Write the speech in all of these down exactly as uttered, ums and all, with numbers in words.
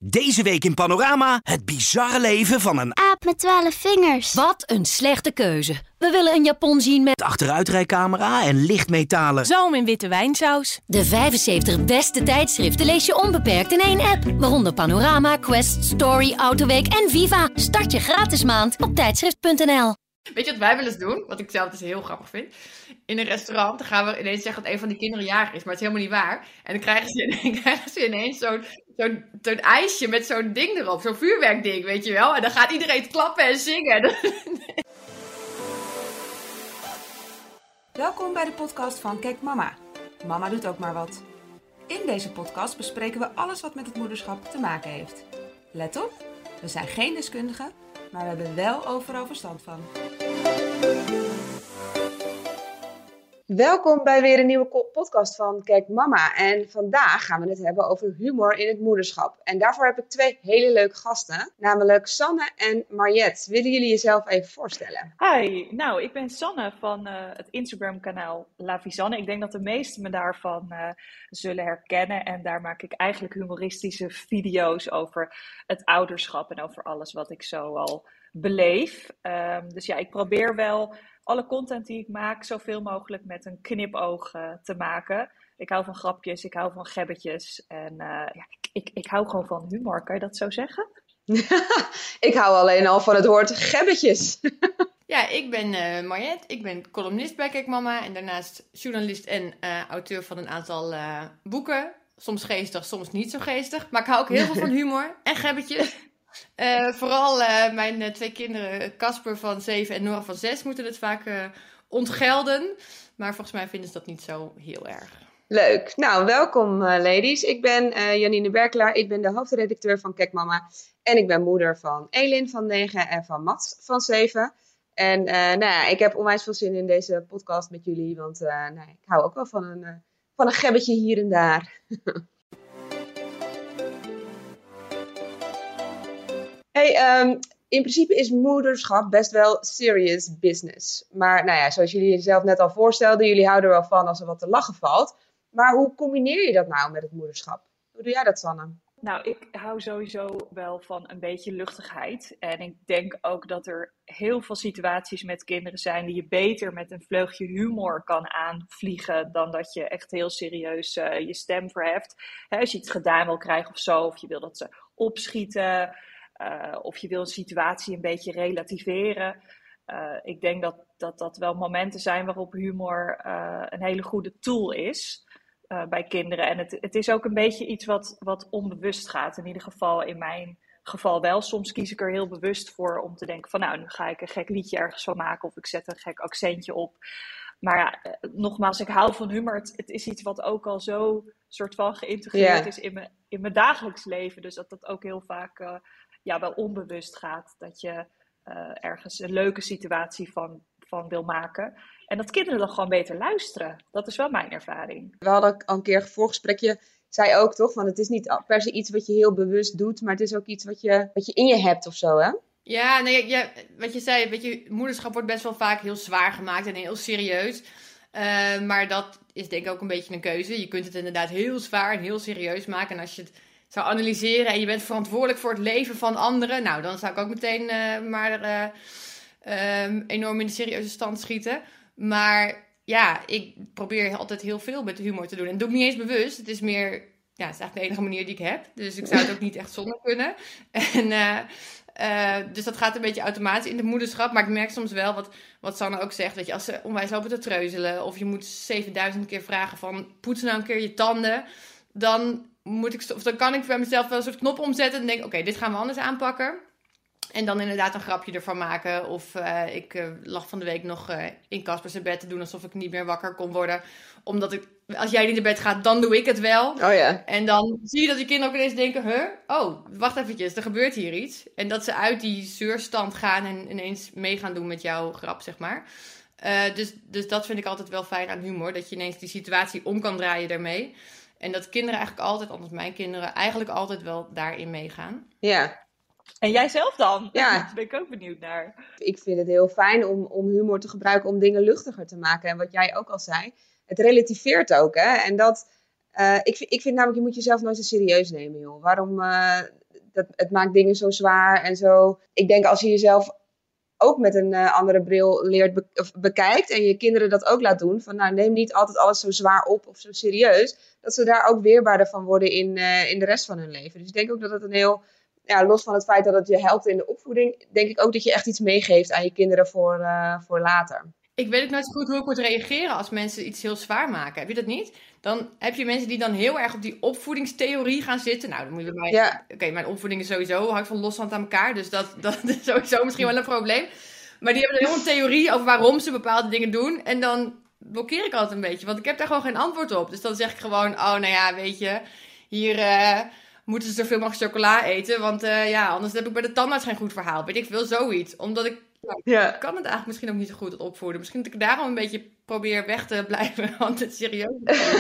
Deze week in Panorama het bizarre leven van een aap met twaalf vingers. Wat een slechte keuze. We willen een Japon zien met achteruitrijcamera en lichtmetalen zalm in witte wijnsaus. De vijfenzeventig beste tijdschriften lees je onbeperkt in één app. Waaronder Panorama, Quest, Story, Autoweek en Viva. Start je gratis maand op tijdschrift punt n l. Weet je wat wij wel eens doen? Wat ik zelf dus heel grappig vind. In een restaurant dan gaan we ineens zeggen dat een van die kinderen jarig is. Maar het is helemaal niet waar. En dan krijgen ze, dan krijgen ze ineens zo'n, zo'n, zo'n ijsje met zo'n ding erop. Zo'n vuurwerkding, weet je wel. En dan gaat iedereen klappen en zingen. Welkom bij de podcast van Kijk Mama. Mama doet ook maar wat. In deze podcast bespreken we alles wat met het moederschap te maken heeft. Let op, we zijn geen deskundigen, maar we hebben wel overal verstand van. Welkom bij weer een nieuwe podcast van Kijk Mama. En vandaag gaan we het hebben over humor in het moederschap. En daarvoor heb ik twee hele leuke gasten, namelijk Sanne en Mariette. Willen jullie jezelf even voorstellen? Hi, nou ik ben Sanne van uh, het Instagram kanaal La Visanne. Ik denk dat de meesten me daarvan uh, zullen herkennen. En daar maak ik eigenlijk humoristische video's over het ouderschap en over alles wat ik zo al beleef. Um, dus ja, ik probeer wel alle content die ik maak zoveel mogelijk met een knipoog uh, te maken. Ik hou van grapjes, ik hou van gebbetjes en uh, ja, ik, ik, ik hou gewoon van humor. Kan je dat zo zeggen? Ik hou alleen al van het woord gebbetjes. Ja, ik ben uh, Mariette. Ik ben columnist bij Kijk Mama en daarnaast journalist en uh, auteur van een aantal uh, boeken. Soms geestig, soms niet zo geestig. Maar ik hou ook heel veel van humor en gebbetjes. Uh, vooral uh, mijn uh, twee kinderen, Casper van zeven en Nora van zes, moeten het vaak uh, ontgelden. Maar volgens mij vinden ze dat niet zo heel erg. Leuk. Nou, welkom uh, ladies. Ik ben uh, Janine Berkelaar. Ik ben de hoofdredacteur van Kijk Mama. En ik ben moeder van Elin van negen en van Mats van zeven. En uh, nou ja, ik heb onwijs veel zin in deze podcast met jullie. Want uh, nou, ik hou ook wel van een, uh, van een gebbetje hier en daar. Hey, um, in principe is moederschap best wel serious business. Maar nou ja, zoals jullie jezelf net al voorstelden, jullie houden er wel van als er wat te lachen valt. Maar hoe combineer je dat nou met het moederschap? Hoe doe jij dat, Sanne? Nou, ik hou sowieso wel van een beetje luchtigheid. En ik denk ook dat er heel veel situaties met kinderen zijn die je beter met een vleugje humor kan aanvliegen dan dat je echt heel serieus uh, je stem verheft. Hè, als je iets gedaan wil krijgen of zo, of je wil dat ze opschieten. Uh, of je wil een situatie een beetje relativeren. Uh, ik denk dat, dat dat wel momenten zijn waarop humor uh, een hele goede tool is uh, bij kinderen. En het, het is ook een beetje iets wat, wat onbewust gaat. In ieder geval in mijn geval wel. Soms kies ik er heel bewust voor om te denken van nou, nu ga ik een gek liedje ergens van maken of ik zet een gek accentje op. Maar ja, nogmaals, ik hou van humor. Het, het is iets wat ook al zo soort van geïntegreerd yeah. is in mijn, in mijn dagelijks leven. Dus dat dat ook heel vaak Uh, ja, wel onbewust gaat, dat je uh, ergens een leuke situatie van, van wil maken. En dat kinderen dan gewoon beter luisteren. Dat is wel mijn ervaring. We hadden al een keer een voorgesprekje, zei ook toch, want het is niet per se iets wat je heel bewust doet, maar het is ook iets wat je, wat je in je hebt of zo, hè? Ja, nee, ja, wat je zei, weet je, moederschap wordt best wel vaak heel zwaar gemaakt en heel serieus. Uh, maar dat is denk ik ook een beetje een keuze. Je kunt het inderdaad heel zwaar en heel serieus maken. En als je het zou analyseren en je bent verantwoordelijk voor het leven van anderen, nou, dan zou ik ook meteen uh, maar uh, um, enorm in de serieuze stand schieten. Maar ja, ik probeer altijd heel veel met humor te doen. En dat doe ik niet eens bewust. Het is meer, ja, het is eigenlijk de enige manier die ik heb. Dus ik zou het ook niet echt zonder kunnen. En uh, Uh, dus dat gaat een beetje automatisch in de moederschap. Maar ik merk soms wel, wat, wat Sanne ook zegt, dat je als ze onwijs lopen te treuzelen, of je moet zevenduizend keer vragen van, poets nou een keer je tanden, dan moet ik, of dan kan ik bij mezelf wel een soort knop omzetten en denk, oké, okay, dit gaan we anders aanpakken. En dan inderdaad een grapje ervan maken. Of uh, ik uh, lag van de week nog uh, in Casper zijn bed te doen alsof ik niet meer wakker kon worden. Omdat ik, als jij niet naar bed gaat, dan doe ik het wel. Oh ja. En dan zie je dat die kinderen ook ineens denken, huh? Oh, wacht eventjes, er gebeurt hier iets. En dat ze uit die zeurstand gaan en ineens mee gaan doen met jouw grap, zeg maar. Uh, dus, dus dat vind ik altijd wel fijn aan humor. Dat je ineens die situatie om kan draaien daarmee. En dat kinderen eigenlijk altijd, anders mijn kinderen, eigenlijk altijd wel daarin meegaan. Ja. En jij zelf dan? Ja. Daar ben ik ook benieuwd naar. Ik vind het heel fijn om, om humor te gebruiken om dingen luchtiger te maken. En wat jij ook al zei, het relativeert ook. Hè? En dat, uh, ik, ik vind namelijk, je moet jezelf nooit zo serieus nemen, joh. Waarom, uh, dat, het maakt dingen zo zwaar en zo. Ik denk als je jezelf ook met een uh, andere bril leert be- of bekijkt en je kinderen dat ook laat doen, van nou neem niet altijd alles zo zwaar op of zo serieus, dat ze daar ook weerbaarder van worden in, uh, in de rest van hun leven. Dus ik denk ook dat het een heel, ja, los van het feit dat het je helpt in de opvoeding, denk ik ook dat je echt iets meegeeft aan je kinderen voor, uh, voor later. Ik weet ook nooit zo goed hoe ik moet reageren als mensen iets heel zwaar maken. Heb je dat niet? Dan heb je mensen die dan heel erg op die opvoedingstheorie gaan zitten. Nou, dan moet je bij mij... Ja. Oké, okay, mijn opvoeding is sowieso, hangt van loshand aan elkaar. Dus dat, dat is sowieso misschien wel een probleem. Maar die hebben dan heel een theorie over waarom ze bepaalde dingen doen. En dan blokkeer ik altijd een beetje. Want ik heb daar gewoon geen antwoord op. Dus dan zeg ik gewoon, oh nou ja, weet je, hier uh, moeten ze zoveel mogelijk chocola eten. Want uh, ja, anders heb ik bij de tandarts geen goed verhaal. Weet ik veel, zoiets. Omdat ik... Ja, ik kan het eigenlijk misschien ook niet zo goed het opvoeden. Misschien dat ik daarom een beetje probeer weg te blijven. Want het serieus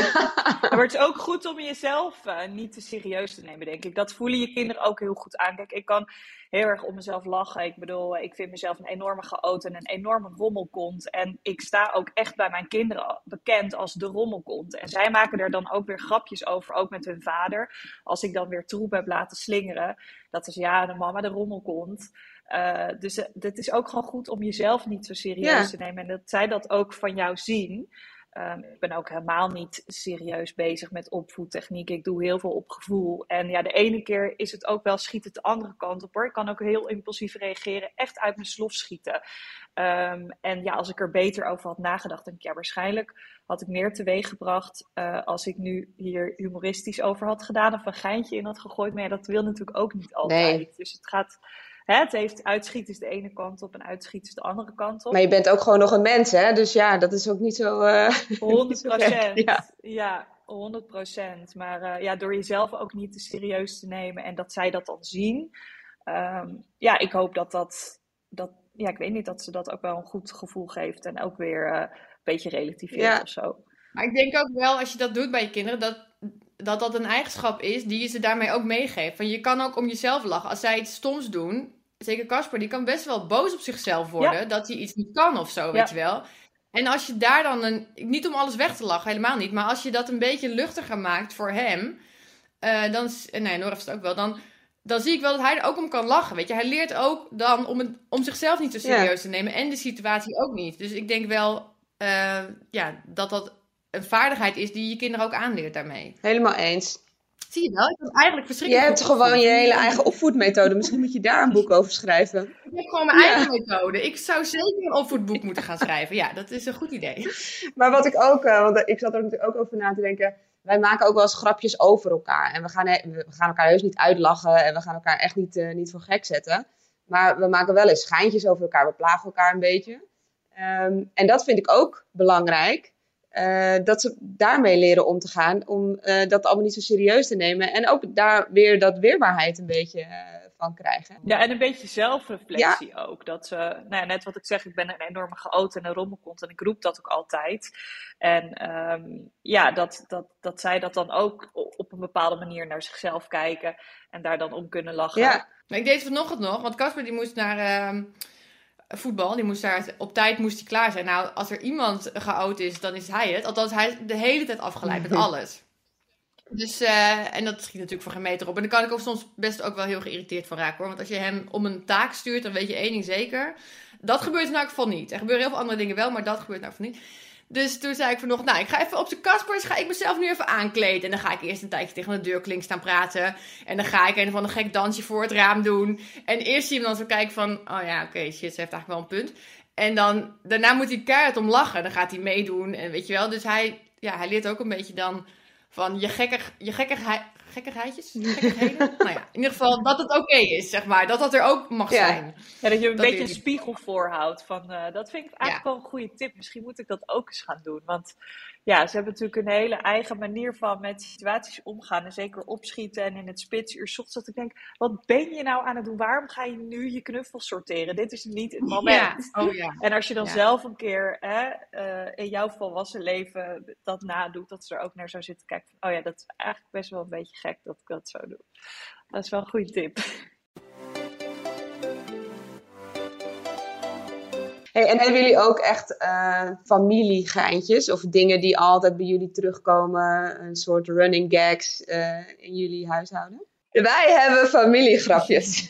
Maar het is ook goed om jezelf uh, niet te serieus te nemen, denk ik. Dat voelen je kinderen ook heel goed aan. Kijk, ik kan heel erg om mezelf lachen. Ik bedoel, ik vind mezelf een enorme chaot en een enorme rommelkont. En ik sta ook echt bij mijn kinderen bekend als de rommelkont. En zij maken er dan ook weer grapjes over, ook met hun vader. Als ik dan weer troep heb laten slingeren. Dat is ja, de mama de rommelkont. Uh, dus uh, het is ook gewoon goed om jezelf niet zo serieus ja. te nemen. En dat zij dat ook van jou zien. Um, ik ben ook helemaal niet serieus bezig met opvoedtechniek. Ik doe heel veel op gevoel. En ja, de ene keer is het ook wel schiet het de andere kant op hoor. Ik kan ook heel impulsief reageren. Echt uit mijn slof schieten. Um, en ja, als ik er beter over had nagedacht, denk ik ja, waarschijnlijk had ik meer teweeg gebracht uh, als ik nu hier humoristisch over had gedaan of een geintje in had gegooid. Maar ja, dat wil natuurlijk ook niet altijd. Nee. Dus het gaat... Hè, het heeft uitschiet is de ene kant op en uitschiet is de andere kant op. Maar je bent ook gewoon nog een mens, hè? Dus ja, dat is ook niet zo... Uh, honderd procent. Ja. ja, honderd procent. Maar uh, ja, door jezelf ook niet te serieus te nemen en dat zij dat dan zien. Um, ja, ik hoop dat dat, dat... Ja, ik weet niet, dat ze dat ook wel een goed gevoel geeft. En ook weer uh, een beetje relativeert ja. of zo. Maar ik denk ook wel, als je dat doet bij je kinderen, dat... dat dat een eigenschap is die je ze daarmee ook meegeeft. Van je kan ook om jezelf lachen. Als zij iets stoms doen, zeker Casper, die kan best wel boos op zichzelf worden. Ja. Dat hij iets niet kan of zo, ja. weet je wel. En als je daar dan een... Niet om alles weg te lachen, helemaal niet. Maar als je dat een beetje luchtiger maakt voor hem. Uh, dan... Nee, Nora heeft het ook wel. Dan, dan zie ik wel dat hij er ook om kan lachen. Weet je, hij leert ook dan om, het, om zichzelf niet zo serieus ja. te nemen. En de situatie ook niet. Dus ik denk wel uh, ja, dat dat... een vaardigheid is die je kinderen ook aanleert daarmee. Helemaal eens. Zie je wel? Ik heb eigenlijk verschrikkelijk. Je hebt gewoon je hele eigen opvoedmethode. Misschien moet je daar een boek over schrijven. Ik heb gewoon mijn ja. eigen methode. Ik zou zeker een opvoedboek moeten gaan schrijven. Ja, dat is een goed idee. Maar wat ik ook, uh, want ik zat er natuurlijk ook over na te denken. Wij maken ook wel eens grapjes over elkaar. En we gaan, we gaan elkaar heus niet uitlachen. En we gaan elkaar echt niet, uh, niet voor gek zetten. Maar we maken wel eens schijntjes over elkaar. We plagen elkaar een beetje. Um, en dat vind ik ook belangrijk. Uh, dat ze daarmee leren om te gaan, om uh, dat allemaal niet zo serieus te nemen. En ook daar weer dat weerbaarheid een beetje uh, van krijgen. Ja, en een beetje zelfreflectie ja. ook. Dat ze, nou ja, net wat ik zeg, ik ben een enorme chaot en een rommelkont en ik roep dat ook altijd. En um, ja, dat, dat, dat zij dat dan ook op een bepaalde manier naar zichzelf kijken en daar dan om kunnen lachen. Ja, maar ik deed vanochtend nog, want Casper die moest naar... Uh... voetbal, die moest daar op tijd moest hij klaar zijn. Nou, als er iemand chaot is, dan is hij het. Althans, hij is de hele tijd afgeleid met alles. Dus, uh, en dat schiet natuurlijk voor geen meter op. En dan kan ik ook soms best ook wel heel geïrriteerd van raken, hoor. Want als je hem om een taak stuurt, dan weet je één ding zeker. Dat gebeurt in elk geval niet. Er gebeuren heel veel andere dingen wel, maar dat gebeurt in elk geval niet. Dus toen zei ik vanochtend, nou, ik ga even op de Caspers, ga ik mezelf nu even aankleden. En dan ga ik eerst een tijdje tegen de deurklink staan praten. En dan ga ik een of ander gek dansje voor het raam doen. En eerst zie je hem dan zo kijken van, oh ja, oké, okay, shit, ze heeft eigenlijk wel een punt. En dan, daarna moet hij keihard om lachen. Dan gaat hij meedoen en weet je wel. Dus hij, ja, hij leert ook een beetje dan van je gekkig, je gekkigheid, gekkigheidjes? Gekkigheden? Nou ja, in ieder geval dat het oké okay is, zeg maar. Dat dat er ook mag ja. zijn. Ja, dat je een dat beetje een spiegel voorhoudt. Van, uh, dat vind ik eigenlijk ja. wel een goede tip. Misschien moet ik dat ook eens gaan doen. Want ja, ze hebben natuurlijk een hele eigen manier van met situaties omgaan. En zeker opschieten en in het spitsuur 's ochtends. Dat ik denk, wat ben je nou aan het doen? Waarom ga je nu je knuffels sorteren? Dit is niet het moment. Ja. Oh, ja. En als je dan ja. zelf een keer hè, uh, in jouw volwassen leven dat nadoet. Dat ze er ook naar zou zitten kijken. Van, oh ja, dat is eigenlijk best wel een beetje gek dat ik dat zo doe. Dat is wel een goede tip. Hey, en hebben jullie ook echt uh, familiegeintjes of dingen die altijd bij jullie terugkomen, een soort running gags uh, in jullie huishouden? Wij hebben familiegrapjes.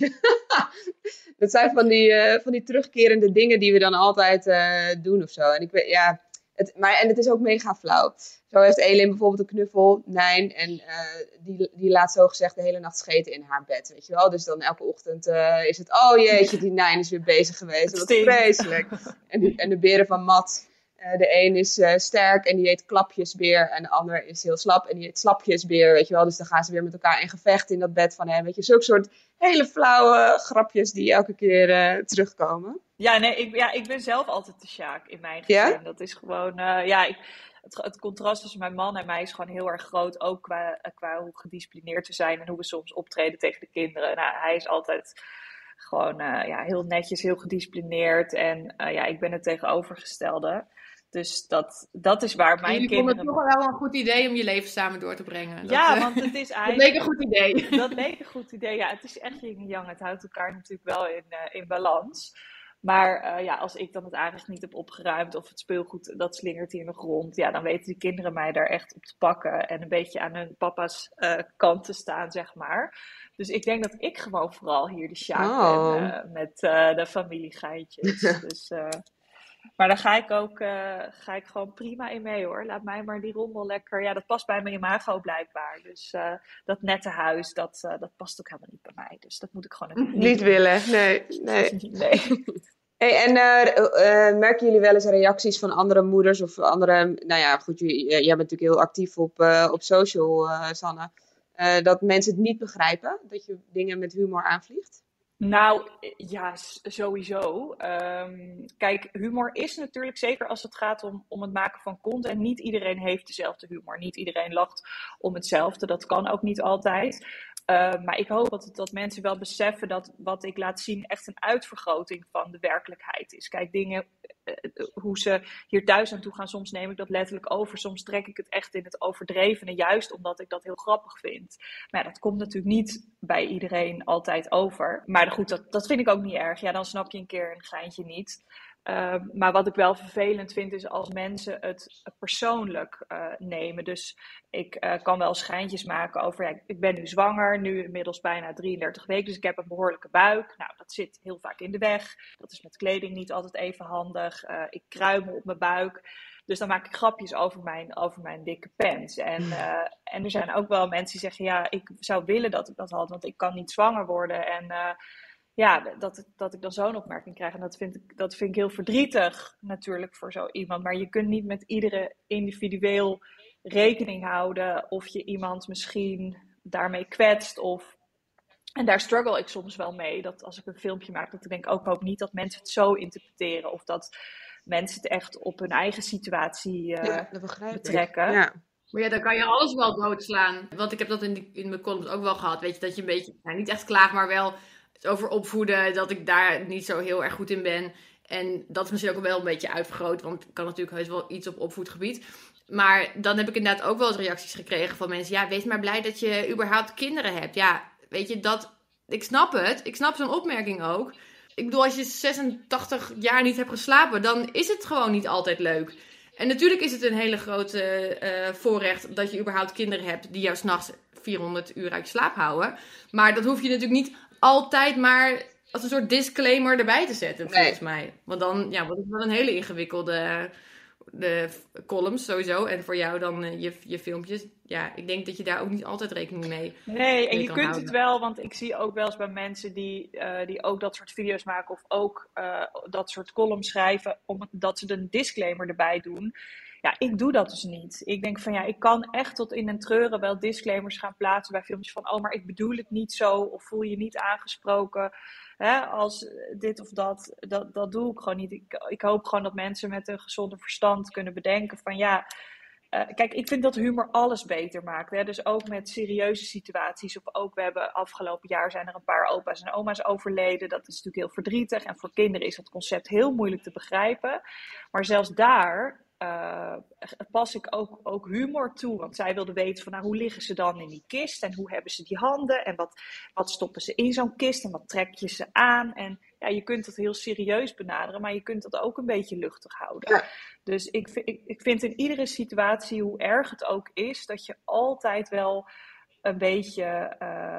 Dat zijn van die, uh, van die terugkerende dingen die we dan altijd uh, doen of zo. En ik weet, ja, het, maar, en het is ook mega flauw. Zo heeft Elin bijvoorbeeld een knuffel, Nijn. En uh, die, die laat zogezegd de hele nacht scheten in haar bed, weet je wel. Dus dan elke ochtend uh, is het, oh jeetje, die Nijn is weer bezig geweest. Dat is vreselijk. En, die, en de beren van Mat. Uh, de een is uh, sterk en die heet Klapjesbeer. En de ander is heel slap en die heet Slapjesbeer, weet je wel. Dus dan gaan ze weer met elkaar in gevecht in dat bed van hem. Weet je, zulke soort hele flauwe grapjes die elke keer uh, terugkomen. Ja, nee, ik, ja, ik ben zelf altijd de Sjaak in mijn gezin. Ja? Dat is gewoon, uh, ja, ik, het, het contrast tussen mijn man en mij is gewoon heel erg groot. Ook qua, qua hoe gedisciplineerd we zijn en hoe we soms optreden tegen de kinderen. Nou, hij is altijd gewoon uh, ja, heel netjes, heel gedisciplineerd. En uh, ja, ik ben het tegenovergestelde. Dus dat, dat is waar mijn jullie kinderen... vonden het toch wel een goed idee om je leven samen door te brengen. Dat, ja, uh, want het is eigenlijk... Dat leek een goed idee. Dat leek een goed idee. Ja, het is echt yin en yang. Het houdt elkaar natuurlijk wel in, uh, in balans. Maar uh, ja, als ik dan het aanrecht niet heb opgeruimd of het speelgoed, dat slingert hier nog rond. Ja, dan weten die kinderen mij daar echt op te pakken. En een beetje aan hun papa's uh, kant te staan, zeg maar. Dus ik denk dat ik gewoon vooral hier de Sjaak Oh. ben uh, met uh, de familiegeintjes. Dus... Uh, Maar daar ga ik ook uh, ga ik gewoon prima in mee hoor. Laat mij maar die rommel lekker. Ja, dat past bij mijn imago blijkbaar. Dus uh, dat nette huis, dat, uh, dat past ook helemaal niet bij mij. Dus dat moet ik gewoon even Niet, niet doen. willen, nee. nee. nee. Hey, en uh, uh, merken jullie wel eens reacties van andere moeders of andere... Nou ja, goed, jij, jij bent natuurlijk heel actief op, uh, op social, uh, Sanne. Uh, dat mensen het niet begrijpen, dat je dingen met humor aanvliegt? Nou, ja, sowieso. Um, kijk, humor is natuurlijk, zeker als het gaat om, om het maken van content, niet iedereen heeft dezelfde humor. Niet iedereen lacht om hetzelfde. Dat kan ook niet altijd. Uh, maar ik hoop dat, dat mensen wel beseffen dat wat ik laat zien echt een uitvergroting van de werkelijkheid is. Kijk, dingen, uh, hoe ze hier thuis aan toe gaan, soms neem ik dat letterlijk over. Soms trek ik het echt in het overdrevene, juist omdat ik dat heel grappig vind. Maar ja, dat komt natuurlijk niet bij iedereen altijd over. Maar goed, dat, dat vind ik ook niet erg. Ja, dan snap je een keer een geintje niet. Uh, maar wat ik wel vervelend vind is als mensen het persoonlijk uh, nemen. Dus ik uh, kan wel schijntjes maken over, ja, ik ben nu zwanger, nu inmiddels bijna drieëndertig weken, dus ik heb een behoorlijke buik. Nou, dat zit heel vaak in de weg. Dat is met kleding niet altijd even handig. Uh, ik kruimel op mijn buik. Dus dan maak ik grapjes over mijn, over mijn dikke pens. En, uh, en er zijn ook wel mensen die zeggen, ja, ik zou willen dat ik dat had, want ik kan niet zwanger worden. En uh, ja, dat, dat ik dan zo'n opmerking krijg. En dat vind, ik, dat vind ik heel verdrietig natuurlijk voor zo iemand. Maar je kunt niet met iedere individueel rekening houden of je iemand misschien daarmee kwetst. Of... En daar struggle ik soms wel mee. Dat als ik een filmpje maak, dat ik denk ook hoop niet dat mensen het zo interpreteren. Of dat mensen het echt op hun eigen situatie uh, ja, dat begrijp betrekken. Ik. Ja. Maar ja, dan kan je alles wel doodslaan. Want ik heb dat in, die, in mijn columns ook wel gehad. Weet je, dat je een beetje, nou, niet echt klaagt, maar wel over opvoeden. Dat ik daar niet zo heel erg goed in ben. En dat is misschien ook wel een beetje uitvergroot. Want ik kan natuurlijk heus wel iets op opvoedgebied. Maar dan heb ik inderdaad ook wel eens reacties gekregen van mensen. Ja, wees maar blij dat je überhaupt kinderen hebt. Ja, weet je, dat, ik snap het. Ik snap zo'n opmerking ook. Ik bedoel, als je zesentachtig jaar niet hebt geslapen, dan is het gewoon niet altijd leuk. En natuurlijk is het een hele grote uh, voorrecht dat je überhaupt kinderen hebt die jou 's nachts vierhonderd uur uit je slaap houden. Maar dat hoef je natuurlijk niet altijd maar als een soort disclaimer erbij te zetten, volgens nee. mij. Want dan ja, wordt het wel een hele ingewikkelde de columns sowieso. En voor jou dan uh, je, je filmpjes. Ja, ik denk dat je daar ook niet altijd rekening mee Nee, en mee je kunt houden. het wel, want ik zie ook wel eens bij mensen die, uh, die ook dat soort video's maken of ook uh, dat soort columns schrijven, omdat ze een disclaimer erbij doen. Ja, ik doe dat dus niet. Ik denk van ja, ik kan echt tot in een treuren wel disclaimers gaan plaatsen bij filmpjes van oh, maar ik bedoel het niet zo of voel je niet aangesproken. Hè, als dit of dat, dat, dat doe ik gewoon niet. Ik, ik hoop gewoon dat mensen met een gezonde verstand kunnen bedenken van ja, uh, kijk, ik vind dat humor alles beter maakt. Hè? Dus ook met serieuze situaties of ook, we hebben afgelopen jaar zijn er een paar opa's en oma's overleden. Dat is natuurlijk heel verdrietig en voor kinderen is dat concept heel moeilijk te begrijpen. Maar zelfs daar Uh, pas ik ook, ook humor toe. Want zij wilden weten van nou, hoe liggen ze dan in die kist en hoe hebben ze die handen en wat, wat stoppen ze in zo'n kist en wat trek je ze aan. En ja, je kunt het heel serieus benaderen, maar je kunt dat ook een beetje luchtig houden. Ja. Dus ik, ik, ik vind in iedere situatie, hoe erg het ook is, dat je altijd wel een beetje,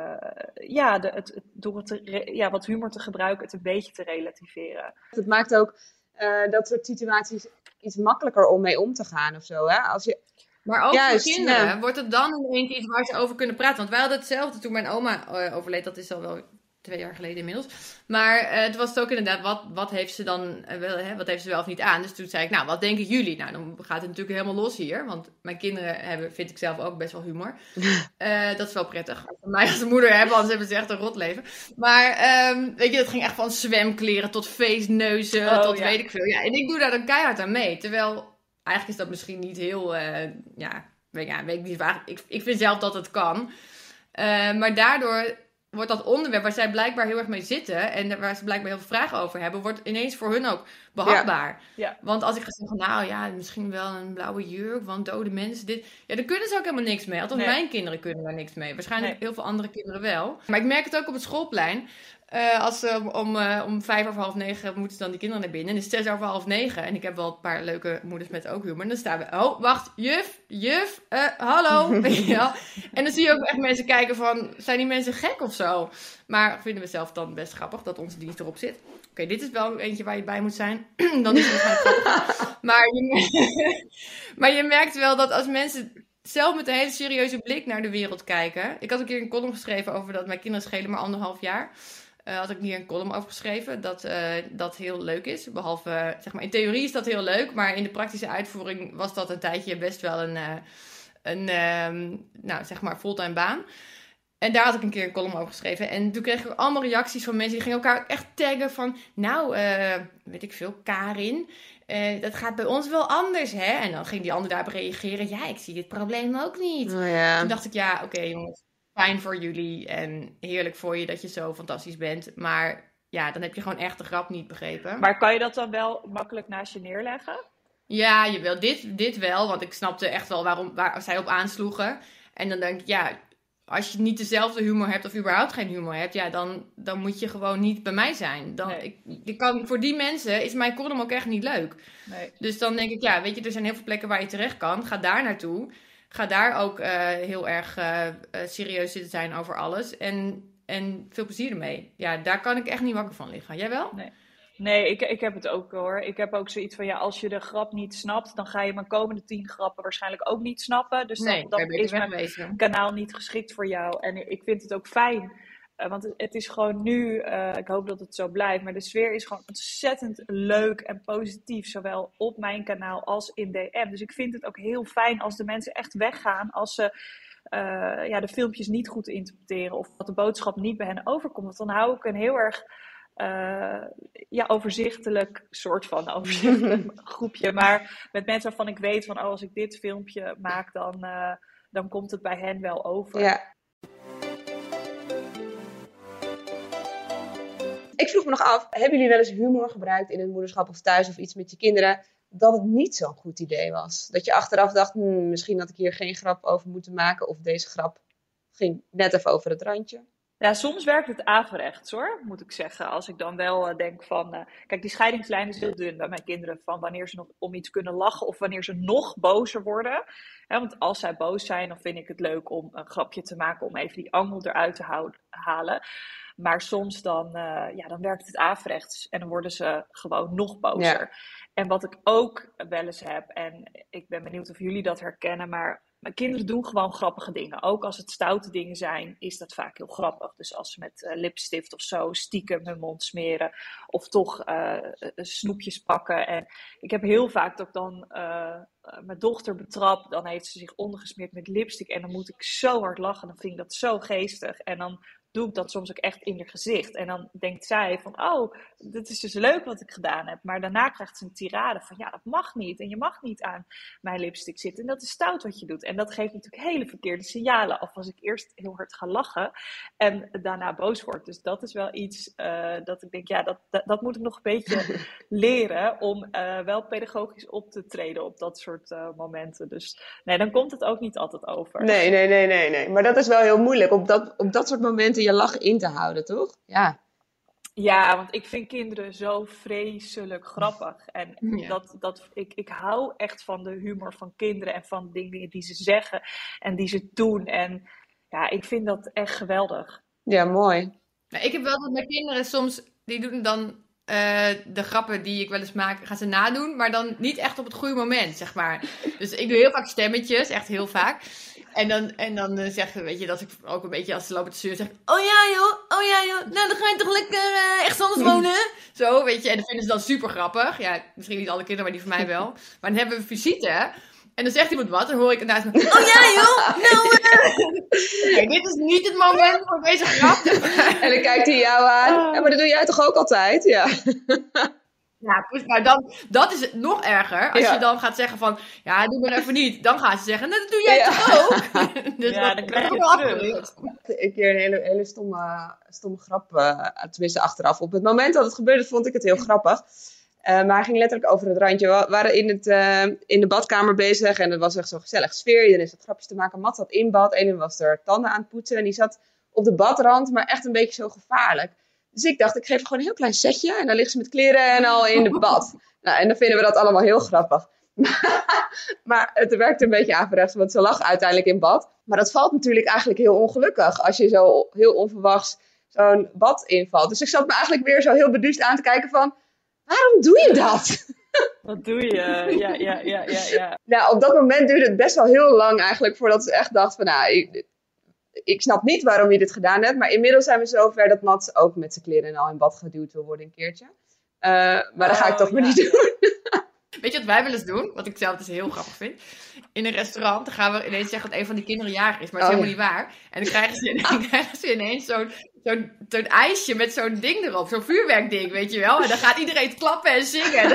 uh, ja, de, het, door het te, ja, wat humor te gebruiken, het een beetje te relativeren. Het maakt ook uh, dat soort situaties iets makkelijker om mee om te gaan of zo, hè? Als je... Maar ook Juist, voor kinderen ja. wordt het dan ineens iets waar ze over kunnen praten. Want wij hadden hetzelfde toen mijn oma uh, overleed. Dat is al wel twee jaar geleden inmiddels. Maar uh, het was het ook inderdaad, wat, wat heeft ze dan uh, wel, hè, wat heeft ze wel of niet aan? Dus toen zei ik, nou, wat denken jullie? Nou, dan gaat het natuurlijk helemaal los hier. Want mijn kinderen hebben, vind ik zelf ook best wel humor. Uh, dat is wel prettig. Voor mij als moeder hebben, anders hebben ze echt een rot leven. Maar um, weet je, dat ging echt van zwemkleren tot feestneuzen, oh, tot ja. weet ik veel. Ja, en ik doe daar dan keihard aan mee. Terwijl, eigenlijk is dat misschien niet heel, uh, ja, weet, ja, weet ik niet waar. Ik, ik vind zelf dat het kan. Uh, maar daardoor wordt dat onderwerp waar zij blijkbaar heel erg mee zitten en waar ze blijkbaar heel veel vragen over hebben, wordt ineens voor hun ook behapbaar. Ja. Ja. Want als ik ga zeggen, nou ja, misschien wel een blauwe jurk, want dode mensen, dit. Ja, daar kunnen ze ook helemaal niks mee. Althans, nee. Mijn kinderen kunnen daar niks mee. Waarschijnlijk nee. heel veel andere kinderen wel. Maar ik merk het ook op het schoolplein. Uh, als ze om, uh, om vijf over half negen moeten dan die kinderen naar binnen. En het is zes over half negen. En ik heb wel een paar leuke moeders met ook humor. En dan staan we, oh, wacht, juf, juf, uh, hallo. Weet je wel? En dan zie je ook echt mensen kijken van, zijn die mensen gek of zo? Maar vinden we zelf dan best grappig dat onze dienst erop zit. Oké, okay, dit is wel eentje waar je bij moet zijn. Dan is het waarschijnlijk grappig. Maar je, maar je merkt wel dat als mensen zelf met een hele serieuze blik naar de wereld kijken. Ik had een keer een column geschreven over dat mijn kinderen schelen maar anderhalf jaar. Uh, had ik hier een column over geschreven, dat uh, dat heel leuk is. Behalve, uh, zeg maar, in theorie is dat heel leuk, maar in de praktische uitvoering was dat een tijdje best wel een, uh, een uh, nou, zeg maar, fulltime baan. En daar had ik een keer een column over geschreven. En toen kreeg ik ook allemaal reacties van mensen, die gingen elkaar echt taggen van, nou, uh, weet ik veel, Karin, uh, dat gaat bij ons wel anders, hè? En dan ging die ander daarop reageren, ja, ik zie dit probleem ook niet. Oh, ja. Toen dacht ik, ja, oké, okay, jongens. Fijn voor jullie en heerlijk voor je dat je zo fantastisch bent. Maar ja, dan heb je gewoon echt de grap niet begrepen. Maar kan je dat dan wel makkelijk naast je neerleggen? Ja, jawel, dit, dit wel. Want ik snapte echt wel waarom, waar zij op aansloegen. En dan denk ik, ja, als je niet dezelfde humor hebt of überhaupt geen humor hebt, ja, dan, dan moet je gewoon niet bij mij zijn. Dan, nee. ik, ik kan, voor die mensen is mijn column ook echt niet leuk. Nee. Dus dan denk ik, ja, weet je, er zijn heel veel plekken waar je terecht kan. Ga daar naartoe. Ga daar ook uh, heel erg uh, uh, serieus zitten zijn over alles. En, en veel plezier ermee. Ja, daar kan ik echt niet wakker van liggen. Jij wel? Nee, nee ik, ik heb het ook hoor. Ik heb ook zoiets van, ja, als je de grap niet snapt, dan ga je mijn komende tien grappen waarschijnlijk ook niet snappen. Dus nee, dan, dan is mijn wegwezen. kanaal niet geschikt voor jou. En ik vind het ook fijn. Uh, want het, het is gewoon nu, uh, ik hoop dat het zo blijft, maar de sfeer is gewoon ontzettend leuk en positief. Zowel op mijn kanaal als in D M. Dus ik vind het ook heel fijn als de mensen echt weggaan. Als ze uh, ja, de filmpjes niet goed interpreteren of dat de boodschap niet bij hen overkomt. Want dan hou ik een heel erg uh, ja, overzichtelijk, soort van overzichtelijk groepje. Maar met mensen waarvan ik weet van, oh, als ik dit filmpje maak, dan, uh, dan komt het bij hen wel over. Ja. Ik vroeg me nog af, hebben jullie wel eens humor gebruikt in het moederschap of thuis of iets met je kinderen, dat het niet zo'n goed idee was? Dat je achteraf dacht, hmm, misschien had ik hier geen grap over moeten maken of deze grap ging net even over het randje. Ja, soms werkt het averechts hoor, moet ik zeggen. Als ik dan wel uh, denk van, uh, kijk, die scheidingslijn is heel dun bij mijn kinderen, van wanneer ze nog om iets kunnen lachen of wanneer ze nog bozer worden. Ja, want als zij boos zijn, dan vind ik het leuk om een grapje te maken om even die angel eruit te houden, halen. Maar soms dan, uh, ja, dan werkt het averechts en dan worden ze gewoon nog bozer. Ja. En wat ik ook wel eens heb, en ik ben benieuwd of jullie dat herkennen, maar mijn kinderen doen gewoon grappige dingen. Ook als het stoute dingen zijn, is dat vaak heel grappig. Dus als ze met uh, lipstift of zo stiekem hun mond smeren of toch uh, snoepjes pakken. En ik heb heel vaak dat ik dan uh, mijn dochter betrap, dan heeft ze zich ondergesmeerd met lipstick en dan moet ik zo hard lachen. Dan vind ik dat zo geestig en dan doe ik dat soms ook echt in haar gezicht. En dan denkt zij van, oh, dit is dus leuk wat ik gedaan heb. Maar daarna krijgt ze een tirade van, ja, dat mag niet. En je mag niet aan mijn lipstick zitten. En dat is stout wat je doet. En dat geeft natuurlijk hele verkeerde signalen af als ik eerst heel hard ga lachen en daarna boos word. Dus dat is wel iets uh, dat ik denk, ja, dat, dat, dat moet ik nog een beetje leren om uh, wel pedagogisch op te treden op dat soort uh, momenten. Dus nee, dan komt het ook niet altijd over. Nee, nee, nee, nee, nee. Maar dat is wel heel moeilijk op dat, op dat soort momenten je lach in te houden, toch? Ja. Ja, want ik vind kinderen zo vreselijk grappig. En Ja. dat, dat, ik, ik hou echt van de humor van kinderen en van dingen die ze zeggen en die ze doen. En ja, ik vind dat echt geweldig. Ja, mooi. Nou, ik heb wel dat mijn kinderen soms, die doen dan uh, de grappen die ik wel eens maak, gaan ze nadoen, maar dan niet echt op het goede moment, zeg maar. Dus ik doe heel vaak stemmetjes, echt heel vaak. En dan, en dan uh, zeg je, weet je, dat ik ook een beetje als ze lopen te zeuren zeg, oh ja joh, oh ja joh, nou dan ga je toch lekker uh, echt anders wonen? Zo, weet je, en dat vinden ze dan super grappig. Ja, misschien niet alle kinderen, maar die van mij wel. Maar dan hebben we visite. En dan zegt iemand wat, dan hoor ik ernaast me, oh ja joh, nou uh... nee, dit is niet het moment voor deze grap. En dan kijkt hij jou aan, ja, maar dat doe jij toch ook altijd? Ja, ja maar dan, dat is het nog erger. Als ja. je dan gaat zeggen van, ja doe maar even niet. Dan gaan ze zeggen, nou, dat doe jij ja. toch ook? Dus ja, dat, dan krijg je wel terug. Een keer een hele, hele stomme, stomme grap, uh, tenminste achteraf. Op het moment dat het gebeurde vond ik het heel grappig. Uh, maar hij ging letterlijk over het randje. We waren in, het, uh, in de badkamer bezig en het was echt zo'n gezellig sfeer. Iedereen zat grapjes te maken. Mat zat in bad. Ene was er tanden aan het poetsen. En die zat op de badrand, maar echt een beetje zo gevaarlijk. Dus ik dacht, ik geef gewoon een heel klein setje. En dan ligt ze met kleren en al in de bad. Nou, en dan vinden we dat allemaal heel grappig. Maar het werkte een beetje averechts, want ze lag uiteindelijk in bad. Maar dat valt natuurlijk eigenlijk heel ongelukkig als je zo heel onverwachts zo'n bad invalt. Dus ik zat me eigenlijk weer zo heel beduusd aan te kijken van, waarom doe je dat? Wat doe je? Ja, ja, ja, ja, ja. Nou, op dat moment duurde het best wel heel lang eigenlijk voordat ze echt dacht van, nou, ik, ik snap niet waarom je dit gedaan hebt. Maar inmiddels zijn we zover dat Mats ook met zijn kleren en al in bad geduwd wil worden een keertje. Uh, maar dat ga ik Oh, toch maar ja. niet doen. Weet je wat wij wel eens doen? Wat ik zelf dus heel grappig vind. In een restaurant, dan gaan we ineens zeggen dat een van die kinderen jarig is. Maar dat is Oh, helemaal niet waar. En dan krijgen ze, dan krijgen ze ineens zo'n, zo'n, zo'n ijsje met zo'n ding erop. Zo'n vuurwerkding, weet je wel. En dan gaat iedereen klappen en zingen.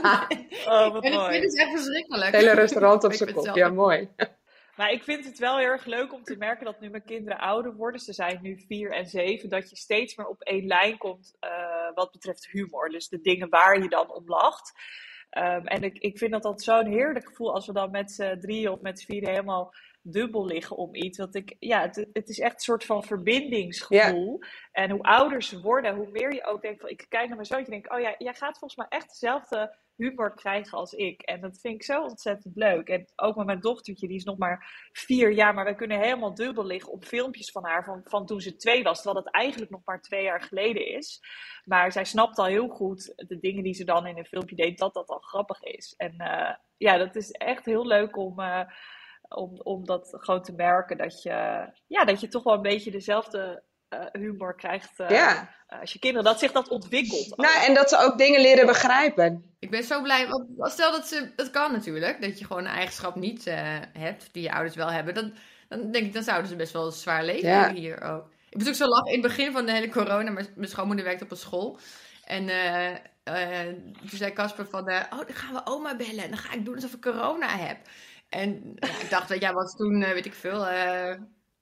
Oh, wat En dat mooi. vinden ze echt verschrikkelijk. Het hele restaurant op Ik zijn vind het kop. zelf Ja, mooi. Maar ik vind het wel heel erg leuk om te merken dat nu mijn kinderen ouder worden. Ze zijn nu vier en zeven. Dat je steeds meer op één lijn komt uh, wat betreft humor. Dus de dingen waar je dan om lacht. Um, en ik, ik vind dat altijd zo'n heerlijk gevoel als we dan met z'n drieën of met z'n vieren helemaal dubbel liggen om iets. Want ik, ja, het, het is echt een soort van verbindingsgevoel. Ja. En hoe ouder ze worden, hoe meer je ook denkt van, ik kijk naar mijn zoontje en denk, oh ja, jij gaat volgens mij echt dezelfde humor krijgen als ik. En dat vind ik zo ontzettend leuk. En ook met mijn dochtertje, die is nog maar vier jaar, maar wij kunnen helemaal dubbel liggen op filmpjes van haar van, van toen ze twee was, terwijl het eigenlijk nog maar twee jaar geleden is. Maar zij snapt al heel goed de dingen die ze dan in een filmpje deed, dat dat al grappig is. En uh, ja, dat is echt heel leuk om, uh, om, om dat gewoon te merken, dat je, ja, dat je toch wel een beetje dezelfde uh, humor krijgt uh, Ja. als je kinderen, dat zich dat ontwikkelt. Nou, en dat ze ook dingen leren begrijpen. Ik ben zo blij, want stel dat ze, dat kan natuurlijk, dat je gewoon een eigenschap niet uh, hebt, die je ouders wel hebben, dan, dan denk ik, dan zouden ze best wel een zwaar leven Ja. hebben hier ook. Ik was ook zo lach in het begin van de hele corona, mijn, mijn schoonmoeder werkte op een school. En uh, uh, toen zei Casper van, uh, oh, dan gaan we oma bellen en dan ga ik doen alsof ik corona heb. En ja, ik dacht, weet jij, was toen, uh, weet ik veel, uh,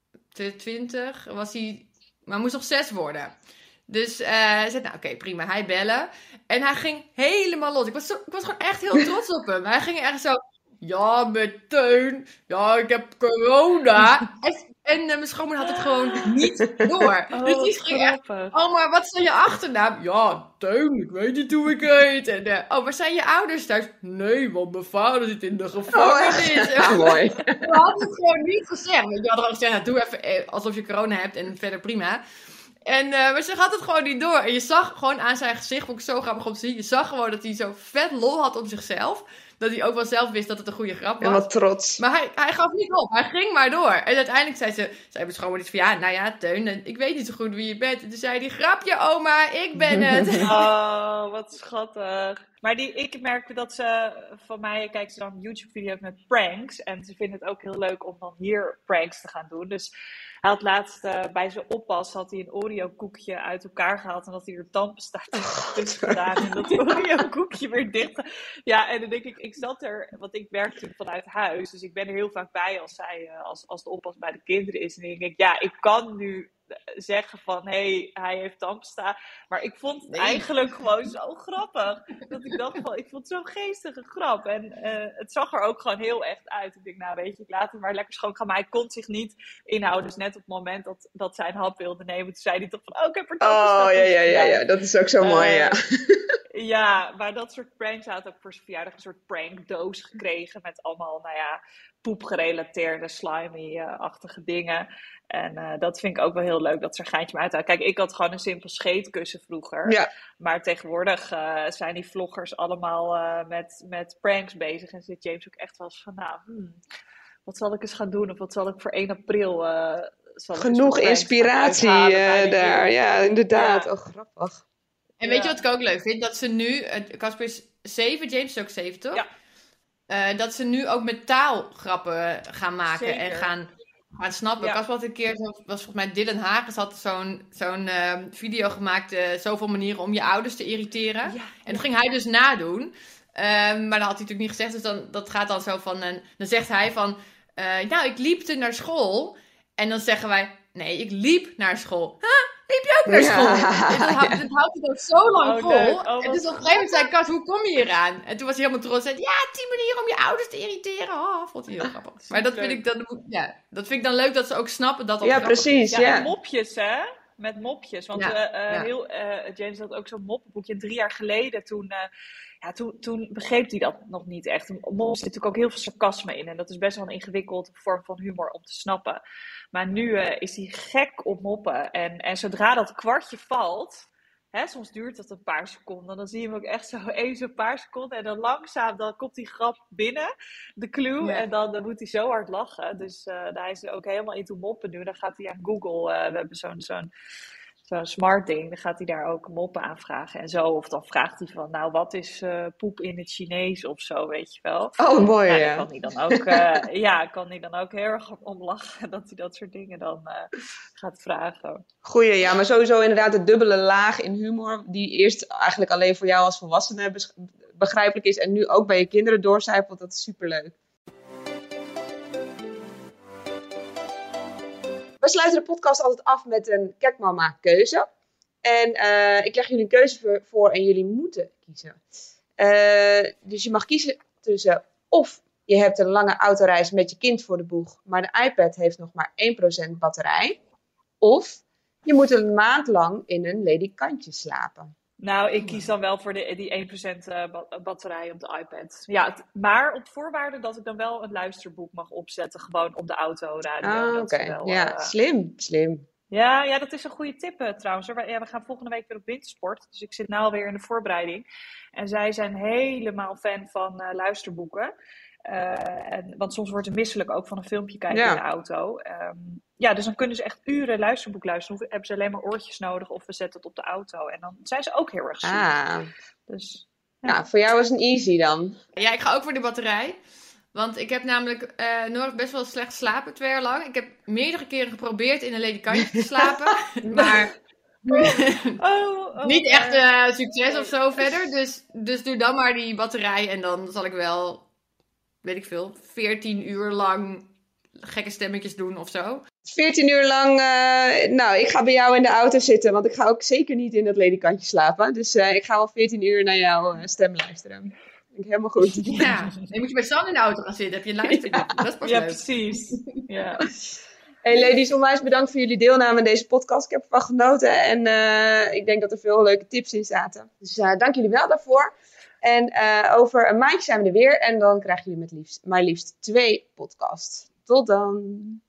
twintig, was hij, maar hij moest nog zes worden. Dus uh, hij zei, nou oké, okay, prima, hij bellen. En hij ging helemaal los. Ik was, zo, ik was gewoon echt heel trots op hem. Hij ging echt zo, ja, met Teun, ja, ik heb corona. En, en uh, mijn schoonmoeder had het gewoon niet door. Oh, dus die ging echt, oh, maar wat is dan je achternaam? Ja, Teun, ik weet niet hoe ik heet. En uh, oh, waar zijn je ouders thuis? Nee, want mijn vader zit in de gevangenis. Oh, ja, mooi. We hadden het gewoon niet gezegd. Je had al gezegd, nou, doe even alsof je corona hebt en verder prima. En, uh, maar ze had het gewoon niet door. En je zag gewoon aan zijn gezicht, vond ik zo grappig om te zien. Je zag gewoon dat hij zo vet lol had op zichzelf. Dat hij ook wel zelf wist dat het een goede grap was. En wat trots. Maar hij, hij gaf niet op. Hij ging maar door. En uiteindelijk zei ze, zei mijn schoonmoeder van, ja, nou ja, Teun, ik weet niet zo goed wie je bent. En toen zei hij, grapje oma, ik ben het. Oh, wat schattig. Maar die, ik merkte dat ze van mij, kijkt ze dan YouTube-video's met pranks. En ze vinden het ook heel leuk om dan hier pranks te gaan doen. Dus hij had laatst uh, bij zijn oppas had hij een Oreo-koekje uit elkaar gehaald. En dat hij er tandpasta tussen gedaan. En dat Oreo-koekje weer dicht. Ja, en dan denk ik, ik zat er, want ik werk natuurlijk vanuit huis. Dus ik ben er heel vaak bij als, zij, uh, als, als de oppas bij de kinderen is. En dan denk ik, ja, ik kan nu zeggen van, hé, hey, hij heeft tandpasta. Maar ik vond het nee. eigenlijk gewoon zo grappig. Dat ik dacht van, ik vond het zo'n geestige grap. En uh, het zag er ook gewoon heel echt uit. Ik denk, nou weet je, ik laat hem maar lekker schoon gaan. Maar hij kon zich niet inhouden. Dus net op het moment dat, dat zij een hap wilde nemen, toen zei hij toch van, oh, ik heb er tandpasta. Oh, ja, ja, ja, ja. Dat is ook zo uh, mooi, ja. Ja, maar dat soort pranks had ook voor zijn verjaardag een soort prankdoos gekregen. Met allemaal, nou ja, poepgerelateerde, slimy-achtige dingen. En uh, dat vind ik ook wel heel leuk, dat ze er een geintje mee uithalen. Kijk, ik had gewoon een simpel scheetkussen vroeger. Ja. Maar tegenwoordig uh, zijn die vloggers allemaal uh, met, met pranks bezig. En zit James ook echt wel eens van, nou, hmm, wat zal ik eens gaan doen? Of wat zal ik voor één april... Uh, zal ik Genoeg inspiratie uh, daar. Ja, inderdaad. Ja. Oh, grappig. En weet ja. je wat ik ook leuk vind? Dat ze nu, Casper is zeven, James is ook zeven, toch? Ja. Uh, dat ze nu ook met taalgrappen gaan maken Zeker. en gaan, gaan snappen. Ja. Casper had een keer, was volgens mij Dylan Hagens, had zo'n, zo'n uh, video gemaakt, uh, zoveel manieren om je ouders te irriteren. Ja. En dat ging hij dus nadoen. Uh, maar dat had hij natuurlijk niet gezegd, dus dan, dat gaat dan zo van, uh, dan zegt hij van, uh, nou, ik liep naar school. En dan zeggen wij, nee, ik liep naar school. Ha! Liep je ook naar school? Ja, en dan houdt, ja. houdt hij dat zo lang oh, vol. Oh, en dus op een gegeven moment zei Kat, hoe kom je hier aan? En toen was hij helemaal trots. En zei, ja, tien manieren om je ouders te irriteren. Oh, vond hij heel grappig. Maar dat vind, ik dan, ja, dat vind ik dan leuk dat ze ook snappen dat dat Ja, precies. Is. Ja, ja. En mopjes, hè? Met mopjes. Want ja, uh, uh, ja. heel, uh, James had ook zo'n moppenboekje drie jaar geleden. Toen, uh, ja, toen, toen begreep hij dat nog niet echt. Mop zit natuurlijk ook heel veel sarcasme in. En dat is best wel een ingewikkelde vorm van humor om te snappen. Maar nu uh, is hij gek op moppen. En, en zodra dat kwartje valt... Hè, soms duurt dat een paar seconden. Dan zie je hem ook echt zo even zo'n paar seconden. En dan langzaam dan komt die grap binnen. De clue. Ja. En dan, dan moet hij zo hard lachen. Dus uh, hij is ook helemaal into moppen nu. Dan gaat hij aan Google. Uh, we hebben zo'n, zo'n, zo'n smart ding. Dan gaat hij daar ook moppen aan vragen. En zo. Of dan vraagt hij van. Nou, wat is uh, poep in het Chinees of zo. Weet je wel. Oh, mooi. Nou, ja. Dan kan hij dan ook, uh, ja, kan hij dan ook heel erg om lachen. Dat hij dat soort dingen dan uh, gaat vragen. Goeie, ja. Maar sowieso inderdaad de dubbele laag in humor. Die eerst eigenlijk alleen voor jou als volwassene begrijpelijk is. En nu ook bij je kinderen doorcijpelt. Dat is superleuk. We sluiten de podcast altijd af met een Kekmama keuze. En uh, ik leg jullie een keuze voor en jullie moeten kiezen. Uh, dus je mag kiezen tussen of je hebt een lange autoreis met je kind voor de boeg, maar de iPad heeft nog maar één procent batterij. Of je moet een maand lang in een ledikantje slapen. Nou, ik kies dan wel voor de, die één procent batterij op de iPad. Ja, het, maar op voorwaarde dat ik dan wel een luisterboek mag opzetten. Gewoon op de autoradio. Ah, oké. Okay. Ja, uh, slim, slim. Ja, ja, dat is een goede tip uh, trouwens. Ja, we gaan volgende week weer op wintersport. Dus ik zit nu alweer in de voorbereiding. En zij zijn helemaal fan van uh, luisterboeken. Uh, en, want soms wordt het misselijk ook van een filmpje kijken ja. in de auto. Um, ja, dus dan kunnen ze echt uren luisterboek luisteren. Dan hebben ze alleen maar oortjes nodig of we zetten het op de auto. En dan zijn ze ook heel erg zoet. Ah. Dus, ja. Nou, voor jou is een easy dan. Ja, ik ga ook voor de batterij. Want ik heb namelijk uh, nog best wel slecht geslapen twee jaar lang. Ik heb meerdere keren geprobeerd in een ledikantje te slapen. maar oh, oh, niet echt uh, succes of zo verder. Dus, dus doe dan maar die batterij en dan zal ik wel... weet ik veel, veertien uur lang gekke stemmetjes doen of zo. veertien uur lang, uh, nou, ik ga bij jou in de auto zitten, want ik ga ook zeker niet in dat ledikantje slapen. Dus uh, ik ga wel veertien uur naar jouw uh, stem luisteren. Vind ik helemaal goed. Ja, dan moet je bij Sam in de auto gaan zitten, heb je een luister. Ja. Dat is pas ja, leuk. Precies. Ja. Hey ladies, onwijs bedankt voor jullie deelname aan deze podcast. Ik heb ervan genoten en uh, ik denk dat er veel leuke tips in zaten. Dus uh, dank jullie wel daarvoor. En uh, over een maandje zijn we er weer. En dan krijgen jullie met liefst, maar liefst twee podcasts. Tot dan!